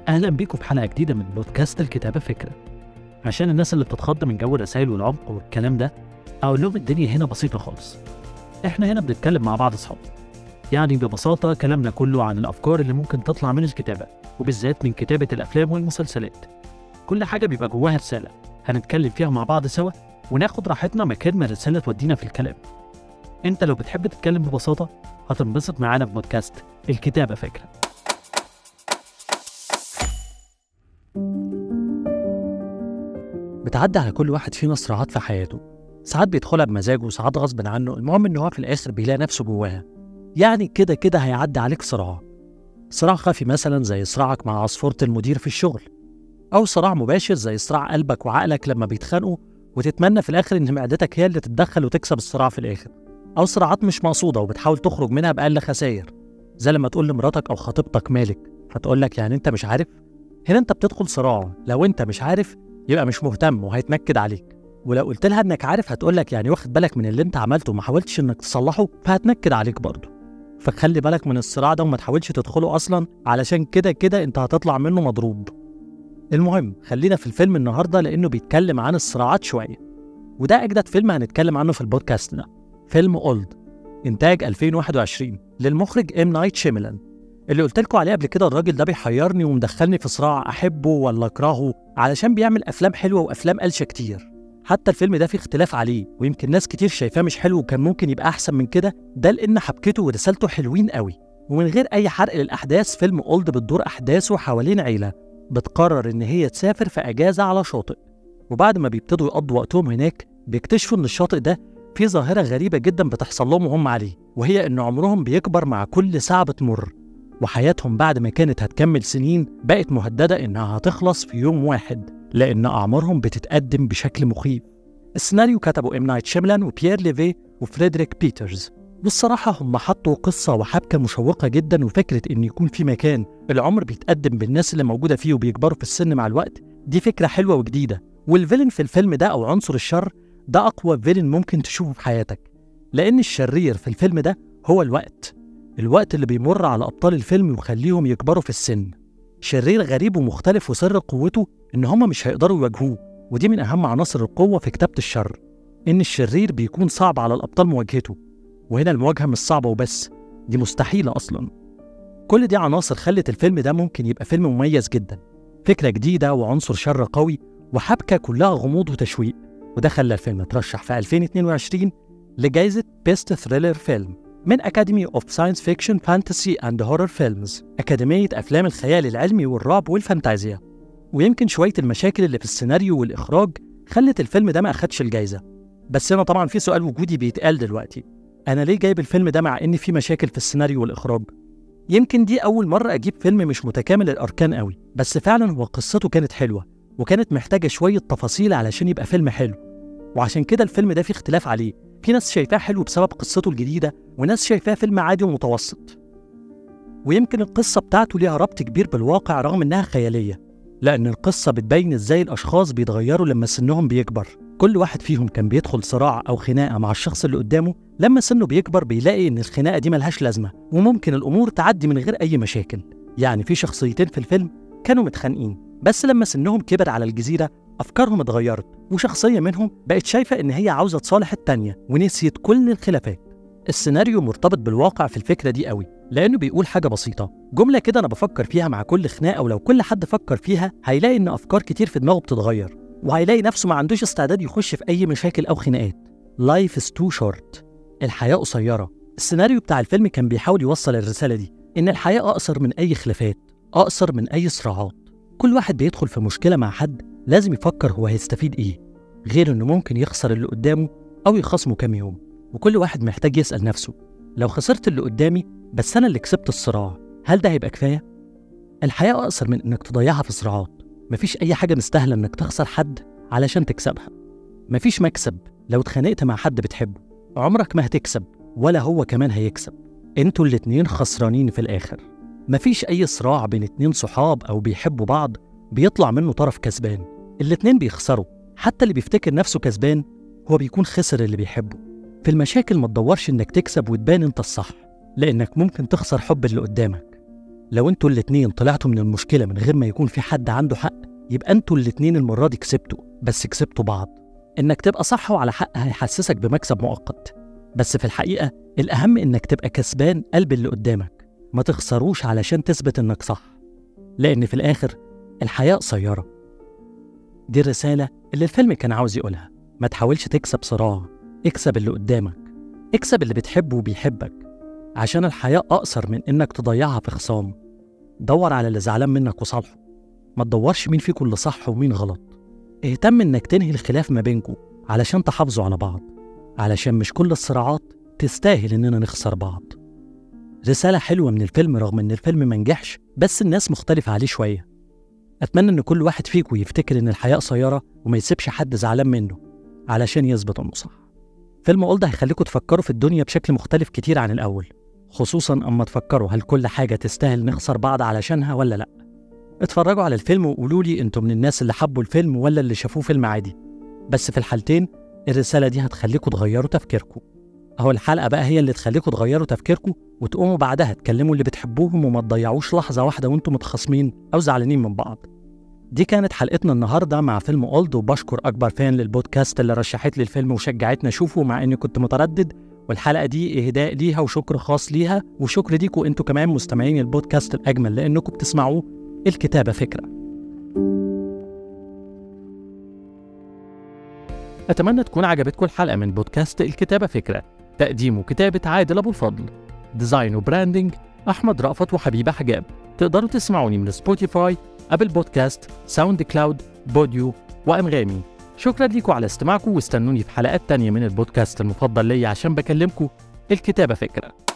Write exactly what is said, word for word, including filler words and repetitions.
أهلا بيكم في حلقة جديدة من بودكاست الكتابة فكرة. عشان الناس اللي بتتخض من جو الرسائل والعمق والكلام ده، أقول لهم الدنيا هنا بسيطة خالص. إحنا هنا بنتكلم مع بعض أصحاب، يعني ببساطة كلامنا كله عن الأفكار اللي ممكن تطلع من الكتابة، وبالذات من كتابة الأفلام والمسلسلات. كل حاجة بيبقى جواها رسالة هنتكلم فيها مع بعض سوا، وناخد راحتنا مكان ما الرسالة تودينا في الكلام. أنت لو بتحب تتكلم ببساطة هتنبسط معانا في بودكاست الكتابة فكرة. بتعدي على كل واحد فينا صراعات في حياته، ساعات بيدخلها بمزاجه وساعات غصب عنه. المهم ان هو في الاخر بيلاقي نفسه جواها. يعني كده كده هيعدي عليك صراع صراع خفي مثلا زي صراعك مع عصفورة المدير في الشغل، او صراع مباشر زي صراع قلبك وعقلك لما بيتخانقوا وتتمنى في الاخر ان معدتك هي اللي تتدخل وتكسب الصراع في الاخر، او صراعات مش مقصودة وبتحاول تخرج منها بأقل خسائر، زي لما تقول لمراتك او خطيبتك مالك فتقول لك يعني انت مش عارف. هنا انت بتدخل صراع، لو انت مش عارف يبقى مش مهتم وهيتنكد عليك، ولو قلت لها انك عارف هتقولك يعني واخد بالك من اللي انت عملته وما حاولتش انك تصلحه، فهتنكد عليك برضه. فخلي بالك من الصراع ده وما تحاولش تدخله اصلا، علشان كده كده انت هتطلع منه مضروب. المهم خلينا في الفيلم النهارده لانه بيتكلم عن الصراعات شويه، وده اجدد فيلم هنتكلم عنه في البودكاست ده. فيلم اولد، انتاج ألفين وواحد وعشرين للمخرج ام نايت شيميلان، اللي قلت لكم عليه قبل كده. الراجل ده بيحيرني ومدخلني في صراع احبه ولا اكرهه، علشان بيعمل افلام حلوه وافلام قلشه كتير. حتى الفيلم ده فيه اختلاف عليه، ويمكن ناس كتير شايفاه مش حلو وكان ممكن يبقى احسن من كده، ده لان حبكته ورسالته حلوين قوي. ومن غير اي حرق للاحداث، فيلم اولد بتدور احداثه حوالين عيله بتقرر ان هي تسافر في اجازه على شاطئ، وبعد ما بيبتدوا يقضوا وقتهم هناك بيكتشفوا ان الشاطئ ده فيه ظاهره غريبه جدا بتحصل لهم وهم عليه، وهي ان عمرهم بيكبر مع كل ساعه بتمر، وحياتهم بعد ما كانت هتكمل سنين بقت مهددة إنها هتخلص في يوم واحد، لأن أعمارهم بتتقدم بشكل مخيف. السيناريو كتبوا إم نايت شيميلان وبيير ليفي وفريدريك بيترز، والصراحة هم حطوا قصة وحبكة مشوقة جدا، وفكرة إن يكون في مكان العمر بيتقدم بالناس اللي موجودة فيه وبيكبروا في السن مع الوقت، دي فكرة حلوة وجديدة. والفيلن في الفيلم ده أو عنصر الشر ده أقوى فيلن ممكن تشوفه في حياتك، لأن الشرير في الفيلم ده هو الوقت الوقت اللي بيمر على أبطال الفيلم ويخليهم يكبروا في السن. شرير غريب ومختلف، وسر قوته إن هما مش هيقدروا يواجهوه، ودي من أهم عناصر القوة في كتابة الشر، إن الشرير بيكون صعب على الأبطال مواجهته. وهنا المواجهة مش صعبة وبس، دي مستحيلة أصلا. كل دي عناصر خلت الفيلم ده ممكن يبقى فيلم مميز جدا، فكرة جديدة وعنصر شر قوي وحبكة كلها غموض وتشويق، وده خلى الفيلم ترشح في ألفين واثنين وعشرين لجائزة بيست ثريلر فيلم من أكاديمي أوف ساينس فيكشن فانتسي أند هورر فيلمز، أكاديمية أفلام الخيال العلمي والرعب والفانتازيا. ويمكن شوية المشاكل اللي في السيناريو والإخراج خلت الفيلم ده ما أخدش الجائزة. بس هنا طبعا في سؤال وجودي بيتقال دلوقتي، أنا ليه جايب الفيلم ده مع إن في مشاكل في السيناريو والإخراج؟ يمكن دي أول مرة أجيب فيلم مش متكامل الأركان قوي، بس فعلا هو قصته كانت حلوة وكانت محتاجة شوية تفاصيل علشان يبقى فيلم حلو، وعشان كده الفيلم ده فيه اختلاف عليه. في ناس شايفاه حلو بسبب قصته الجديدة، وناس شايفاه فيلم عادي ومتوسط. ويمكن القصة بتاعته ليها ربط كبير بالواقع رغم إنها خيالية، لأن القصة بتبين إزاي الأشخاص بيتغيروا لما سنهم بيكبر. كل واحد فيهم كان بيدخل صراع أو خناقة مع الشخص اللي قدامه، لما سنه بيكبر بيلاقي إن الخناقة دي ملهاش لازمة وممكن الأمور تعدي من غير أي مشاكل. يعني في شخصيتين في الفيلم كانوا متخانقين، بس لما سنهم كبر على الجزيرة أفكارهم اتغيرت، وشخصية منهم بقت شايفة إن هي عاوزة تصالح التانية ونسيت كل الخلافات. السيناريو مرتبط بالواقع في الفكرة دي قوي، لأنه بيقول حاجة بسيطة، جملة كده أنا بفكر فيها مع كل خناقة، ولو كل حد فكر فيها هيلاقي إن أفكار كتير في دماغه بتتغير، وهيلاقي نفسه ما عندوش استعداد يخش في أي مشاكل أو خناقات. Life is too short، الحياة قصيرة. السيناريو بتاع الفيلم كان بيحاول يوصل الرسالة دي، إن الحياة أقصر من أي خلافات، أقصر من أي صراعات. كل واحد بيدخل في مشكلة مع حد لازم يفكر هو هيستفيد إيه، غير إنه ممكن يخسر اللي قدامه أو يخصمه كام يوم. وكل واحد محتاج يسأل نفسه، لو خسرت اللي قدامي بس أنا اللي كسبت الصراع، هل ده هيبقى كفاية؟ الحياة أقصر من إنك تضيعها في صراعات. مفيش أي حاجة مستاهلة إنك تخسر حد علشان تكسبها. مفيش مكسب لو اتخانقت مع حد بتحبه، عمرك ما هتكسب ولا هو كمان هيكسب، انتوا الاتنين خسرانين في الآخر. مفيش أي صراع بين اتنين صحاب أو بيحبوا بعض بيطلع منه طرف كسبان، الاتنين بيخسروا. حتى اللي بيفتكر نفسه كسبان هو بيكون خسر اللي بيحبه. في المشاكل ما تدورش إنك تكسب وتبان انت الصح، لأنك ممكن تخسر حب اللي قدامك. لو انتوا الاتنين طلعتوا من المشكلة من غير ما يكون في حد عنده حق، يبقى انتوا الاتنين المرة دي كسبتوا، بس كسبتوا بعض. انك تبقى صح وعلى حق هيحسسك بمكسب مؤقت، بس في الحقيقة الأهم انك تبقى كسبان قلب اللي قدامك، ما تخسروش علشان تثبت انك صح، لأن في الآخر الحياة قصيرة. دي الرسالة اللي الفيلم كان عاوز يقولها. ما تحاولش تكسب صراع، اكسب اللي قدامك، اكسب اللي بتحبه وبيحبك، عشان الحياة أقصر من إنك تضيعها في خصام. دور على اللي زعلان منك وصالحه، ما تدورش مين فيكم اللي صح ومين غلط. اهتم إنك تنهي الخلاف ما بينكم علشان تحافظوا على بعض، علشان مش كل الصراعات تستاهل إننا نخسر بعض. رسالة حلوة من الفيلم رغم إن الفيلم منجحش، بس الناس مختلفة عليه شوية. أتمنى إن كل واحد فيكم يفتكر إن الحياة قصيرة وما يسيبش حد زعلان منه علشان يثبت إنه صح. فيلم أولد هيخليكم تفكروا في الدنيا بشكل مختلف كتير عن الأول، خصوصاً أما تفكروا هل كل حاجة تستاهل نخسر بعض علشانها ولا لأ. اتفرجوا على الفيلم وقولوا لي أنتم من الناس اللي حبوا الفيلم ولا اللي شافوه فيلم عادي، بس في الحالتين الرسالة دي هتخليكم تغيروا تفكيركم. أهو الحلقة بقى هي اللي تخليكم تغيروا تفكيركم وتقوموا بعدها تكلموا اللي بتحبوهم وما تضيعوش لحظة واحدة وأنتم متخاصمين أو زعلانين من بعض. دي كانت حلقتنا النهاردة مع فيلم أولد، وبشكر أكبر فان للبودكاست اللي رشحت لي الفيلم وشجعتني أشوفه مع إني كنت متردد، والحلقة دي إهداء ليها وشكر خاص ليها، وشكر ليكوا أنتوا كمان مستمعين البودكاست الأجمل لأنكم بتسمعوه. الكتابة فكرة. أتمنى تكون عجبتكم الحلقة من بودكاست الكتابة فكرة. تقديم وكتابة عادل أبو الفضل، ديزاين وبراندنج أحمد رأفت وحبيبة حجاب. تقدروا تسمعوني من سبوتيفاي، أبل بودكاست، ساوند كلاود، بوديو وأنغامي. شكرا ليكم على استماعكم، واستنوني في حلقات تانية من البودكاست المفضل لي عشان بكلمكم الكتابة فكرة.